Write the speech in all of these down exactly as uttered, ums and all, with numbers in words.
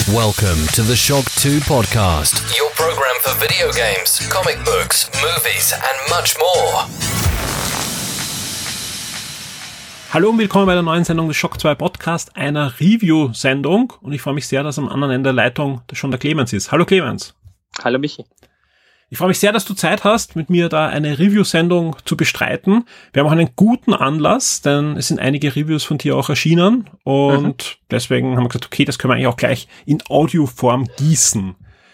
Welcome to the Shock two podcast, your program for video games, comic books, movies and much more. Hallo und willkommen bei der neuen Sendung des Shock zwei Podcast, einer Review-Sendung. Und ich freue mich sehr, dass am anderen Ende der Leitung schon der Clemens ist. Hallo Clemens. Hallo Michi. Ich freue mich sehr, dass du Zeit hast, mit mir da eine Review-Sendung zu bestreiten. Wir haben auch einen guten Anlass, denn es sind einige Reviews von dir auch erschienen. Und mhm. deswegen haben wir gesagt, okay, das können wir eigentlich auch gleich in Audioform gießen.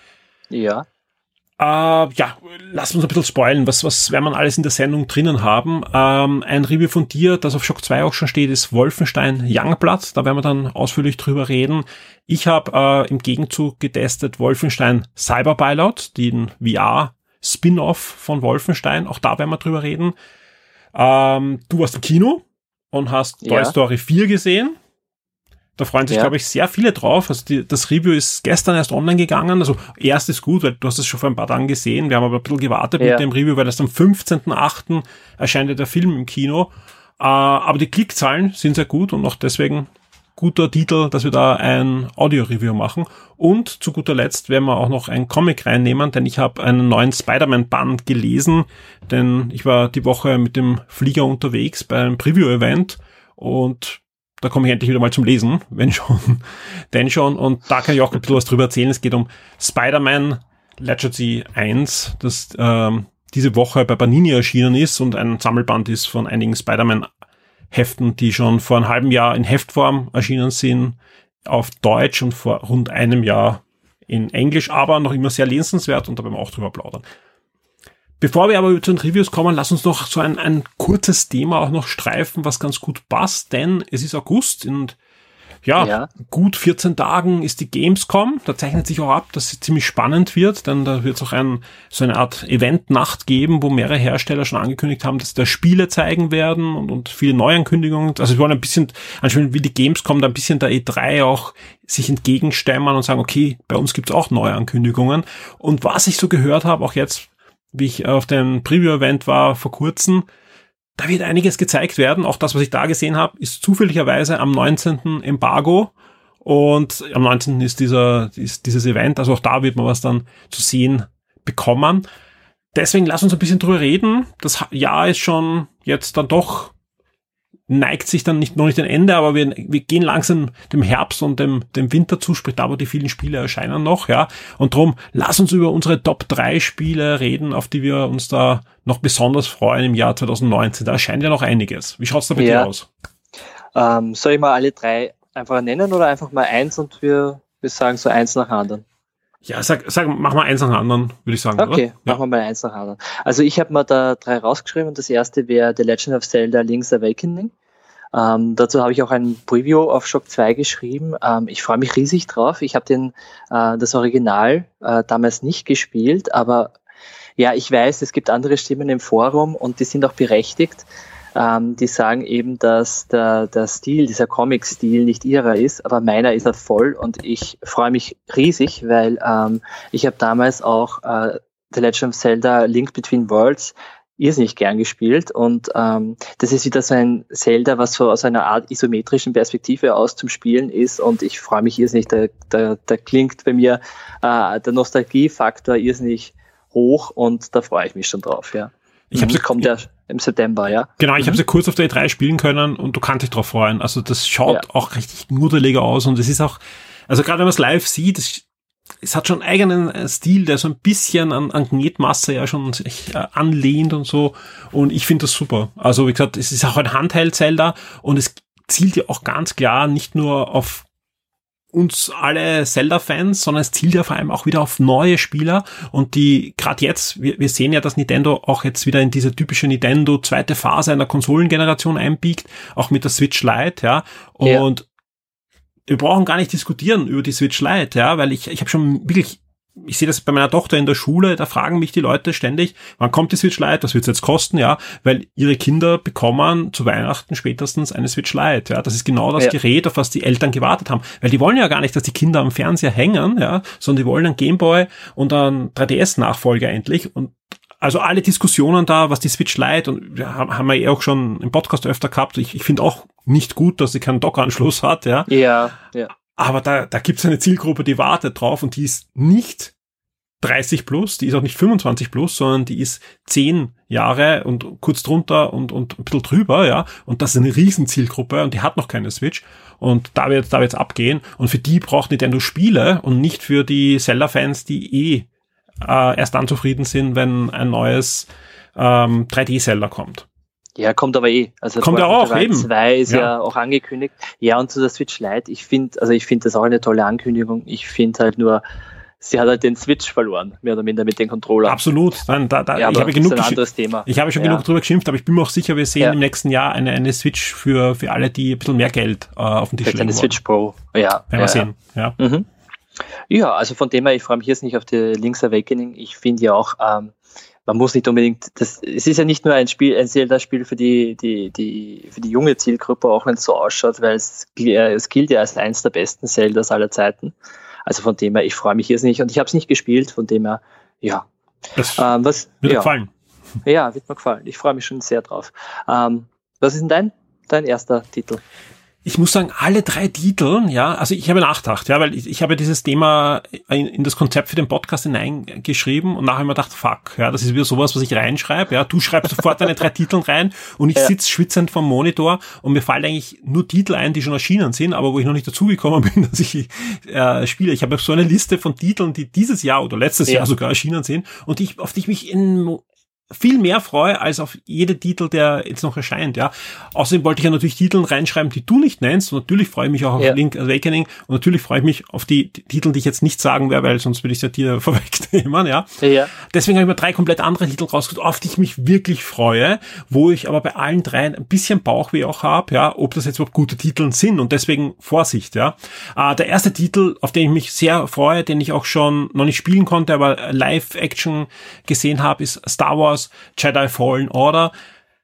Ja. Äh, ja, lass uns ein bisschen spoilen. Was, was werden wir alles in der Sendung drinnen haben? Ähm, ein Review von dir, das auf Shock zwei auch schon steht, ist Wolfenstein Youngblood. Da werden wir dann ausführlich drüber reden. Ich habe äh, im Gegenzug getestet Wolfenstein Cyberpilot, den V R-Spin-Off von Wolfenstein. Auch da werden wir drüber reden. Ähm, du warst im Kino und hast Toy ja. Story vier gesehen. Da freuen sich, ja. glaube ich, sehr viele drauf. Also die, das Review ist gestern erst online gegangen. Also erst ist gut, weil du hast es schon vor ein paar Tagen gesehen. Wir haben aber ein bisschen gewartet ja. mit dem Review, weil erst am fünfzehnten achten erscheint ja der Film im Kino. Äh, aber die Klickzahlen sind sehr gut und auch deswegen guter Titel, dass wir da ein Audio-Review machen. Und zu guter Letzt werden wir auch noch einen Comic reinnehmen, denn ich habe einen neuen Spider-Man-Band gelesen, denn ich war die Woche mit dem Flieger unterwegs bei einem Preview-Event und da komme ich endlich wieder mal zum Lesen, wenn schon, denn schon. Und da kann ich auch ein bisschen was drüber erzählen. Es geht um Spider-Man Legacy eins, das ähm, diese Woche bei Panini erschienen ist und ein Sammelband ist von einigen Spider-Man-Heften, die schon vor einem halben Jahr in Heftform erschienen sind, auf Deutsch und vor rund einem Jahr in Englisch, aber noch immer sehr lesenswert und da werden wir auch drüber plaudern. Bevor wir aber zu den Reviews kommen, lass uns noch so ein, ein kurzes Thema auch noch streifen, was ganz gut passt, denn es ist August und ja, ja, gut vierzehn Tagen ist die Gamescom. Da zeichnet sich auch ab, dass sie ziemlich spannend wird, denn da wird es auch ein, so eine Art Event-Nacht geben, wo mehrere Hersteller schon angekündigt haben, dass sie da Spiele zeigen werden und, und viele Neuankündigungen. Also wir wollen ein bisschen, anscheinend wie die Gamescom, da ein bisschen der E drei auch sich entgegenstemmen und sagen, okay, bei uns gibt's auch Neuankündigungen. Und was ich so gehört habe, auch jetzt, wie ich auf dem Preview-Event war vor kurzem, da wird einiges gezeigt werden. Auch das, was ich da gesehen habe, ist zufälligerweise am neunzehnten Embargo und am neunzehnten ist dieser ist dieses Event, also auch da wird man was dann zu sehen bekommen. Deswegen lass uns ein bisschen drüber reden. Das Jahr ist schon jetzt dann doch, neigt sich dann nicht noch nicht ein Ende, aber wir, wir gehen langsam dem Herbst und dem, dem Winter zu, sprich da, wo die vielen Spiele erscheinen noch, ja. Und drum, lass uns über unsere Top drei Spiele reden, auf die wir uns da noch besonders freuen im Jahr zwanzig neunzehn. Da erscheint ja noch einiges. Wie schaut's da bei ja. dir aus? Ähm, soll ich mal alle drei einfach nennen oder einfach mal eins und wir, wir sagen so eins nach anderen? Ja, sag, sag, mach mal eins nach dem anderen, würde ich sagen. Okay, oder? machen ja. wir mal eins nach dem anderen. Also ich habe mal da drei rausgeschrieben. Das erste wäre The Legend of Zelda Link's Awakening. Ähm, dazu habe ich auch ein Preview auf Shock zwei geschrieben. Ähm, ich freue mich riesig drauf. Ich habe den äh, das Original äh, damals nicht gespielt, aber ja, ich weiß, es gibt andere Stimmen im Forum und die sind auch berechtigt. Ähm, die sagen eben, dass der, der Stil, dieser Comic-Stil nicht ihrer ist, aber meiner ist er voll und ich freue mich riesig, weil ähm, ich habe damals auch äh, The Legend of Zelda Link Between Worlds irrsinnig gern gespielt und ähm, das ist wieder so ein Zelda, was so aus einer Art isometrischen Perspektive aus zum Spielen ist und ich freue mich irrsinnig, da, da, da klingt bei mir äh, der Nostalgiefaktor irrsinnig hoch und da freue ich mich schon drauf, ja. Ich habe sie kommt ja im September, ja. Genau, ich mhm. habe sie kurz auf der E drei spielen können und du kannst dich drauf freuen. Also das schaut ja. auch richtig nudelig aus und es ist auch, also gerade wenn man es live sieht, es, es hat schon einen eigenen Stil, der so ein bisschen an, an Knetmasse ja schon sich äh, anlehnt und so und ich finde das super. Also wie gesagt, es ist auch ein Handheld-Zelda und es zielt ja auch ganz klar nicht nur auf uns alle Zelda-Fans, sondern es zielt ja vor allem auch wieder auf neue Spieler und die, gerade jetzt, wir, wir sehen ja, dass Nintendo auch jetzt wieder in diese typische Nintendo zweite Phase einer Konsolengeneration einbiegt, auch mit der Switch Lite, ja, und ja. wir brauchen gar nicht diskutieren über die Switch Lite, ja, weil ich, ich habe schon wirklich, ich sehe das bei meiner Tochter in der Schule, da fragen mich die Leute ständig, wann kommt die Switch Lite, was wird's jetzt kosten, ja, weil ihre Kinder bekommen zu Weihnachten spätestens eine Switch Lite, ja, das ist genau das ja. Gerät, auf was die Eltern gewartet haben, weil die wollen ja gar nicht, dass die Kinder am Fernseher hängen, ja, sondern die wollen einen Gameboy und einen drei D S-Nachfolger endlich und also alle Diskussionen da, was die Switch Lite, und wir haben, haben wir eh auch schon im Podcast öfter gehabt, ich, ich finde auch nicht gut, dass sie keinen Dock-Anschluss hat, ja. Ja, ja. aber da, da gibt es eine Zielgruppe, die wartet drauf und die ist nicht dreißig plus, die ist auch nicht fünfundzwanzig plus, sondern die ist zehn Jahre und kurz drunter und, und ein bisschen drüber, ja. Und das ist eine Riesenzielgruppe und die hat noch keine Switch. Und da wird da wird's abgehen. Und für die braucht Nintendo Spiele und nicht für die Zelda-Fans, die eh äh, erst dann zufrieden sind, wenn ein neues ähm, drei D-Zelda kommt. Ja, kommt aber eh. Also kommt ja auch, eben. zwei ist ja. ja auch angekündigt. Ja, und zu der Switch Lite, ich finde, also ich finde das auch eine tolle Ankündigung. Ich finde halt nur, sie hat halt den Switch verloren, mehr oder minder mit den Controllern. Absolut. Nein, da, da, ja, ich habe das genug ist ein anderes Thema. Ich habe schon ja. genug drüber geschimpft, aber ich bin mir auch sicher, wir sehen ja. im nächsten Jahr eine, eine Switch für, für alle, die ein bisschen mehr Geld äh, auf den Tisch legen wollen. Eine Switch Pro, ja. Werden wir ja, sehen, ja. Mhm. Ja, also von dem her, ich freue mich jetzt nicht auf die Link's Awakening. Ich finde ja auch, ähm, man muss nicht unbedingt, das, es ist ja nicht nur ein Spiel, ein Zelda-Spiel für die, die, die, für die junge Zielgruppe, auch wenn es so ausschaut, weil es, es gilt ja als eins der besten Zeldas aller Zeiten. Also von dem her, ich freue mich jetzt nicht und ich habe es nicht gespielt, von dem her, ja. Das ähm, was, wird ja. mir gefallen. Ja, wird mir gefallen. Ich freue mich schon sehr drauf. Ähm, was ist denn dein, dein erster Titel? Ich muss sagen, alle drei Titel, ja, also ich habe nachgedacht, ja, weil ich, ich habe dieses Thema in, in das Konzept für den Podcast hineingeschrieben und nachher habe ich mir gedacht, fuck, ja, das ist wieder sowas, was ich reinschreibe, ja, du schreibst sofort deine drei Titel rein und ich ja. sitze schwitzend vom Monitor und mir fallen eigentlich nur Titel ein, die schon erschienen sind, aber wo ich noch nicht dazugekommen bin, dass ich äh, spiele. Ich habe so eine Liste von Titeln, die dieses Jahr oder letztes ja. Jahr sogar erschienen sind und ich, auf die ich mich in viel mehr freue als auf jede Titel, der jetzt noch erscheint, ja. Außerdem wollte ich ja natürlich Titel reinschreiben, die du nicht nennst und natürlich freue ich mich auch auf ja. Link's Awakening und natürlich freue ich mich auf die, die Titel, die ich jetzt nicht sagen werde, weil sonst würde ich es ja dir vorwegnehmen, ja. ja. Deswegen habe ich mir drei komplett andere Titel rausgesucht, auf die ich mich wirklich freue, wo ich aber bei allen dreien ein bisschen Bauchweh auch habe, ja, ob das jetzt überhaupt gute Titel sind und deswegen Vorsicht, ja. Äh, der erste Titel, auf den ich mich sehr freue, den ich auch schon noch nicht spielen konnte, aber Live-Action gesehen habe, ist Star Wars Jedi Fallen Order.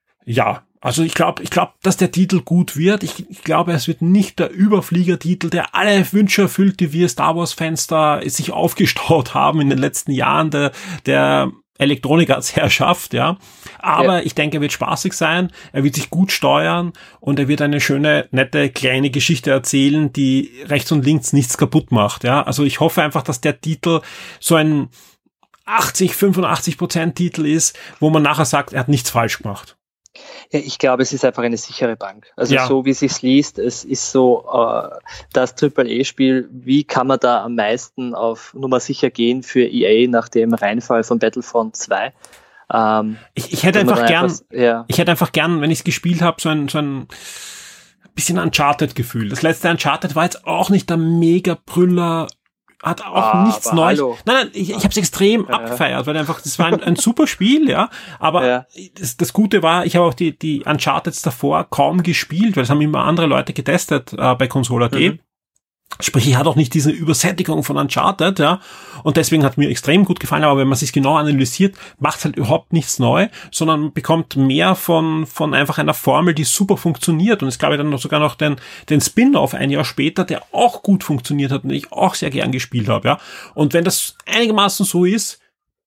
Ja, also ich glaube, ich glaube, dass der Titel gut wird. Ich, ich glaube, es wird nicht der Überfliegertitel, der alle Wünsche erfüllt, die wir Star Wars Fans da sich aufgestaut haben in den letzten Jahren der, der Electronic Arts Herrschaft, ja. Aber ja. ich denke, er wird spaßig sein, er wird sich gut steuern und er wird eine schöne, nette, kleine Geschichte erzählen, die rechts und links nichts kaputt macht, ja. Also ich hoffe einfach, dass der Titel so ein achtzig, fünfundachtzig Prozent Titel ist, wo man nachher sagt, er hat nichts falsch gemacht. Ja, ich glaube, es ist einfach eine sichere Bank. Also ja. so wie es sich liest, es ist so äh, das Triple-A-Spiel, wie kann man da am meisten auf Nummer sicher gehen für E A nach dem Reinfall von Battlefront zwei? Ähm, ich, ich hätte einfach gern, einfach, ja. ich hätte einfach gern, wenn ich es gespielt habe, so ein, so ein bisschen Uncharted-Gefühl. Das letzte Uncharted war jetzt auch nicht der Mega-Brüller, hat auch ah, nichts Neues. Nein, nein, ich, ich habe es extrem ja. abgefeiert, weil einfach, das war ein, ein super Spiel, ja. Aber ja. Das, das Gute war, ich habe auch die, die Uncharteds davor kaum gespielt, weil das haben immer andere Leute getestet äh, bei Consola G. Mhm. Sprich, ich hatte auch nicht diese Übersättigung von Uncharted, ja, und deswegen hat mir extrem gut gefallen, aber wenn man sich genau analysiert, macht halt überhaupt nichts neu, sondern man bekommt mehr von von einfach einer Formel, die super funktioniert und es gab ja dann noch sogar noch den den Spin-off ein Jahr später, der auch gut funktioniert hat und ich auch sehr gern gespielt habe, ja, und wenn das einigermaßen so ist,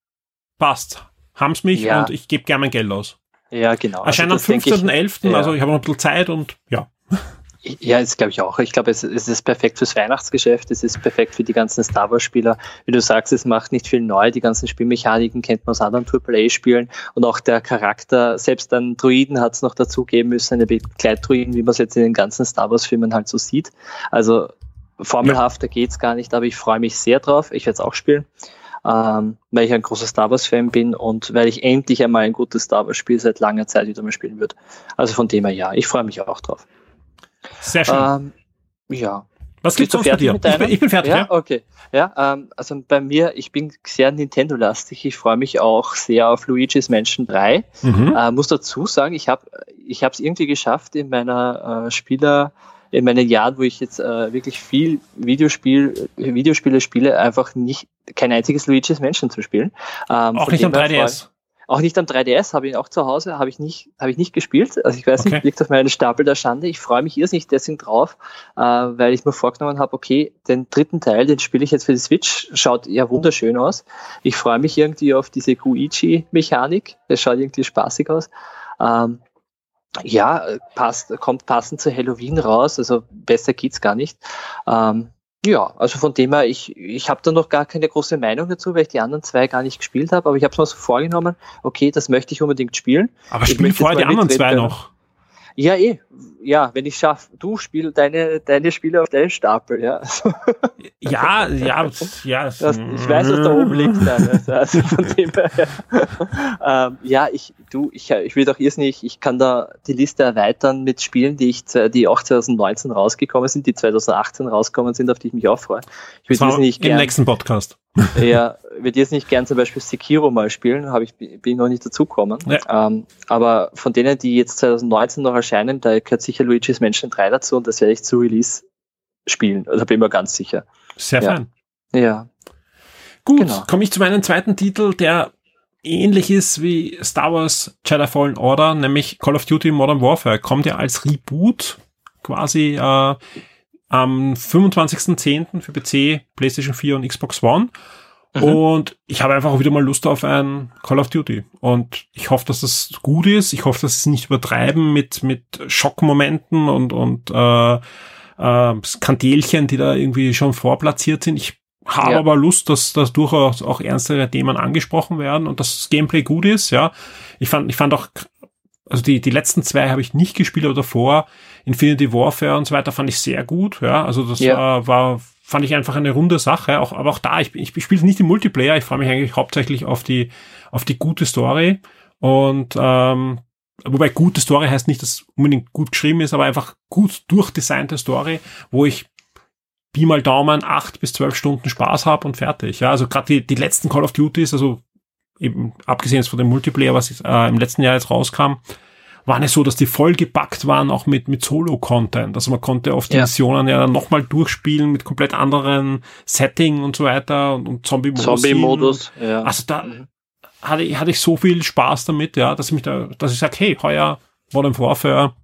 passt, haben's mich ja. und ich gebe gern mein Geld aus. Ja, genau. Erscheint also am fünfzehnten elften Ja. Also ich habe noch ein bisschen Zeit und ja. Ja, das glaube ich auch. Ich glaube, es, es ist perfekt fürs Weihnachtsgeschäft, es ist perfekt für die ganzen Star Wars-Spieler. Wie du sagst, es macht nicht viel neu, die ganzen Spielmechaniken kennt man aus anderen Triple A-Spielen und auch der Charakter, selbst an Droiden hat es noch dazugeben müssen, eine Begleitdroiden, wie man es jetzt in den ganzen Star Wars-Filmen halt so sieht. Also formelhafter ja. geht's gar nicht, aber ich freue mich sehr drauf. Ich werde es auch spielen, ähm, weil ich ein großer Star Wars-Fan bin und weil ich endlich einmal ein gutes Star Wars-Spiel seit langer Zeit wieder mal spielen würde. Also von dem her ja, ich freue mich auch drauf. Sehr schön. Ähm, ja. Was gibt's sonst bei dir? Ich bin, ich bin fertig, ja. ja? Okay. Ja, ähm, also bei mir, ich bin sehr Nintendo-lastig. Ich freue mich auch sehr auf Luigi's Mansion drei. Mhm. Äh, muss dazu sagen, ich habe ich habe es irgendwie geschafft in meiner äh, Spieler, in meinen Jahren, wo ich jetzt äh, wirklich viel Videospiel, Videospiele spiele, einfach nicht kein einziges Luigi's Mansion zu spielen. Ähm, auch nicht am drei D S? Auch nicht am drei D S, habe ich ihn auch zu Hause, habe ich nicht, habe ich nicht gespielt. Also ich weiß okay. nicht, liegt auf meinem Stapel der Schande. Ich freue mich irrsinnig deswegen drauf, äh, weil ich mir vorgenommen habe, okay, den dritten Teil, den spiele ich jetzt für die Switch, schaut ja wunderschön aus. Ich freue mich irgendwie auf diese Guichi-Mechanik, das schaut irgendwie spaßig aus. Ähm, Ja, passt, kommt passend zu Halloween raus, also besser geht's gar nicht. Ähm, ja, also von dem her, ich, ich habe da noch gar keine große Meinung dazu, weil ich die anderen zwei gar nicht gespielt habe, aber ich habe es mir so vorgenommen, okay, das möchte ich unbedingt spielen. Aber spiel vorher die anderen zwei noch. Ja, eh. Ja, wenn ich schaffe, du spiel deine, deine Spiele auf deinen Stapel, ja. Ja, ja, ja. Das, ich weiß, was da oben liegt dann. Also, also von dem her, ähm, ja, ich, du, ich, ich will doch irrsinnig, ich kann da die Liste erweitern mit Spielen, die ich, die auch zwanzig neunzehn rausgekommen sind, die zwanzig achtzehn rausgekommen sind, auf die ich mich auch freue. Ich würde irrsinnig gern. Im nächsten Podcast. Ja, würde jetzt nicht gern zum Beispiel Sekiro mal spielen, habe ich, bin ich noch nicht dazugekommen. Ja. Ähm, aber von denen, die jetzt zwanzig neunzehn noch erscheinen, da gehört sicher Luigi's Mansion drei dazu und das werde ich zu Release spielen. Also bin ich mir ganz sicher. Sehr ja. fein. Ja. Gut, genau. Komme ich zu meinem zweiten Titel, der ähnlich ist wie Star Wars Jedi Fallen Order, nämlich Call of Duty Modern Warfare. Kommt ja als Reboot quasi äh, am fünfundzwanzigsten zehnten für P C, PlayStation vier und Xbox One. Mhm. Und ich habe einfach wieder mal Lust auf ein Call of Duty. Und ich hoffe, dass das gut ist. Ich hoffe, dass es nicht übertreiben mit mit Schockmomenten und und äh, äh, Skandelchen, die da irgendwie schon vorplatziert sind. Ich habe ja. aber Lust, dass dass durchaus auch ernstere Themen angesprochen werden und dass das Gameplay gut ist. Ja, ich fand ich fand auch, also die die letzten zwei habe ich nicht gespielt, aber davor Infinity Warfare und so weiter fand ich sehr gut. Ja, also das ja. war war fand ich einfach eine runde Sache, auch, aber auch da, ich, ich, ich spiele nicht im Multiplayer, ich freue mich eigentlich hauptsächlich auf die auf die gute Story und ähm, wobei gute Story heißt nicht, dass unbedingt gut geschrieben ist, aber einfach gut durchdesignte Story, wo ich Pi mal Daumen acht bis zwölf Stunden Spaß habe und fertig. Ja, also gerade die die letzten Call of Duties, also eben abgesehen jetzt von dem Multiplayer, was äh, im letzten Jahr jetzt rauskam, waren es so, dass die voll gepackt waren, auch mit mit Solo-Content. Also man konnte oft die ja. Missionen ja dann nochmal durchspielen mit komplett anderen Setting und so weiter und, und Zombie-Modus. Zombie-Modus, ja. Also da mhm. hatte, ich, hatte ich so viel Spaß damit, ja, dass ich mich da, dass ich sage, hey, heuer Modern Warfare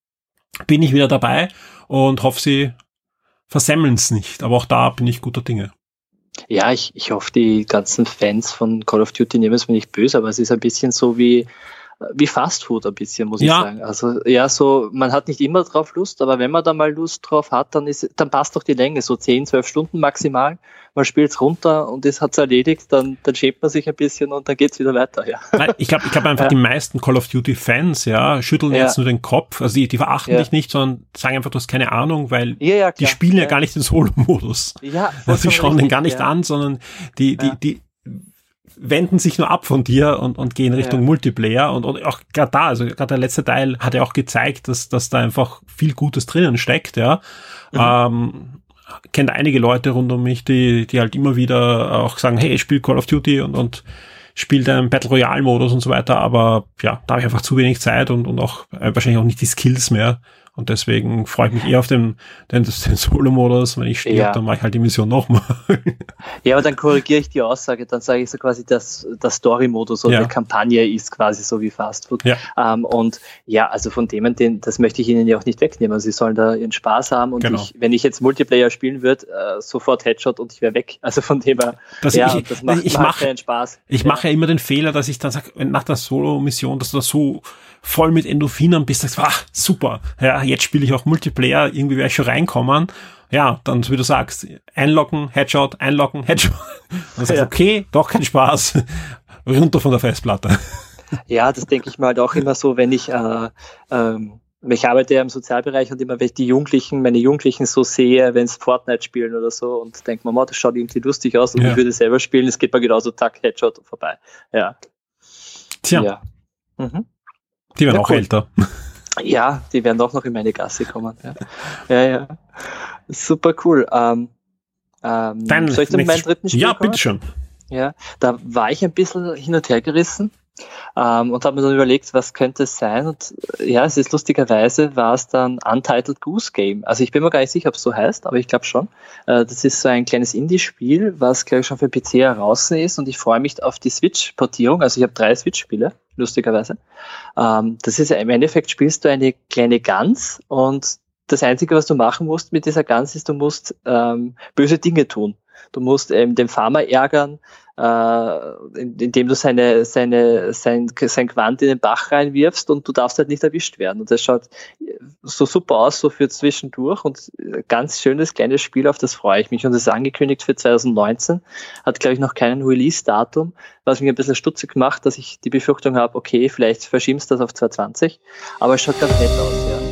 bin ich wieder dabei und hoffe, sie versemmeln es nicht. Aber auch da bin ich guter Dinge. Ja, ich, ich hoffe, die ganzen Fans von Call of Duty nehmen es mir nicht böse, aber es ist ein bisschen so wie wie Fast Food ein bisschen, muss ja. ich sagen. Also ja, so, man hat nicht immer drauf Lust, aber wenn man da mal Lust drauf hat, dann ist, dann passt doch die Länge, so zehn, zwölf Stunden maximal. Man spielt's runter und es hat's erledigt, dann, dann schämt man sich ein bisschen und dann geht's wieder weiter, ja. Nein, ich glaube, ich glaube einfach, ja. die meisten Call of Duty Fans, ja, schütteln ja. jetzt nur den Kopf, also die, die verachten ja. dich nicht, sondern sagen einfach, du hast keine Ahnung, weil ja, ja, die spielen ja, ja gar nicht den Solo-Modus. Ja, also die schauen den gar nicht ja. an, sondern die, die, ja. die, wenden sich nur ab von dir und, und gehen Richtung ja. Multiplayer und, und auch gerade da, also gerade der letzte Teil hat ja auch gezeigt, dass, dass da einfach viel Gutes drinnen steckt, ja. Mhm. Ähm, kennt einige Leute rund um mich, die, die halt immer wieder auch sagen, hey, ich spiele Call of Duty und, und spiele den Battle Royale Modus und so weiter, aber ja, da habe ich einfach zu wenig Zeit und, und auch äh, wahrscheinlich auch nicht die Skills mehr. Und deswegen freue ich mich eher auf den, den, den Solo-Modus. Wenn ich stehe, ja. dann mache ich halt die Mission nochmal. Ja, aber dann korrigiere ich die Aussage. Dann sage ich so quasi, dass der Story-Modus oder ja. die Kampagne ist quasi so wie Fast Food. Ja. Ähm, und ja, also von dem, den, das möchte ich ihnen ja auch nicht wegnehmen. Sie sollen da ihren Spaß haben. Und genau. ich, wenn ich jetzt Multiplayer spielen würde, äh, sofort Headshot und ich wäre weg. Also von dem her, das, ja, ich, das macht, ich macht mach, keinen Spaß. Ich ja. mache ja immer den Fehler, dass ich dann sage, nach der Solo-Mission, dass du da so voll mit Endorphinen bist, sagst, ach, super, ja, jetzt spiele ich auch Multiplayer, irgendwie werde ich schon reinkommen. Ja, dann, wie du sagst, einloggen, Headshot, einloggen, Headshot. Und dann sagst du, ja. okay, doch kein Spaß, runter von der Festplatte. Ja, das denke ich mal halt auch immer so, wenn ich, äh, ähm, ich arbeite ja im Sozialbereich und immer, wenn ich die Jugendlichen, meine Jugendlichen so sehe, wenn sie Fortnite spielen oder so und denke mir, das schaut irgendwie lustig aus und ja. ich würde selber spielen, es geht mir genauso, tack, Headshot vorbei. Ja. Tja. Ja. Mhm. Die werden ja, auch cool. älter. Ja, die werden auch noch in meine Gasse kommen. Ja, ja, ja. Super cool. Ähm, ähm, Dein soll ich dann meinen dritten Spiel Ja, kommen? bitteschön. Ja, da war ich ein bisschen hin und her gerissen ähm, und habe mir dann überlegt, was könnte es sein. Und ja, es ist lustigerweise, war es dann Untitled Goose Game. Also ich bin mir gar nicht sicher, ob es so heißt, aber ich glaube schon. Äh, das ist so ein kleines Indie-Spiel, was, glaube ich, schon für P C heraus ist und ich freue mich auf die Switch-Portierung. Also ich habe drei Switch-Spiele, lustigerweise. Ähm, das ist ja im Endeffekt, spielst du eine kleine Gans und das Einzige, was du machen musst mit dieser Gans ist, du musst ähm, böse Dinge tun. Du musst ähm, den Farmer ärgern, äh, indem du seine, seine, sein, sein Quant in den Bach reinwirfst und du darfst halt nicht erwischt werden. Und das schaut so super aus, so für zwischendurch und ganz schönes kleines Spiel, auf das freue ich mich. Und es ist angekündigt für zwanzig neunzehn, hat glaube ich noch keinen Release-Datum, was mich ein bisschen stutzig macht, dass ich die Befürchtung habe, okay, vielleicht verschiebst du das auf zwanzig zwanzig, aber es schaut ganz nett aus, ja.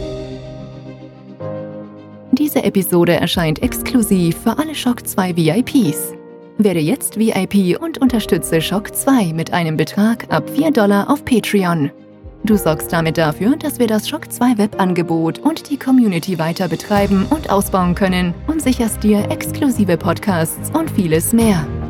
Diese Episode erscheint exklusiv für alle Shock zwei V I Ps. Werde jetzt V I P und unterstütze Shock zwei mit einem Betrag ab vier Dollar auf Patreon. Du sorgst damit dafür, dass wir das Shock zwei Webangebot und die Community weiter betreiben und ausbauen können und sicherst dir exklusive Podcasts und vieles mehr.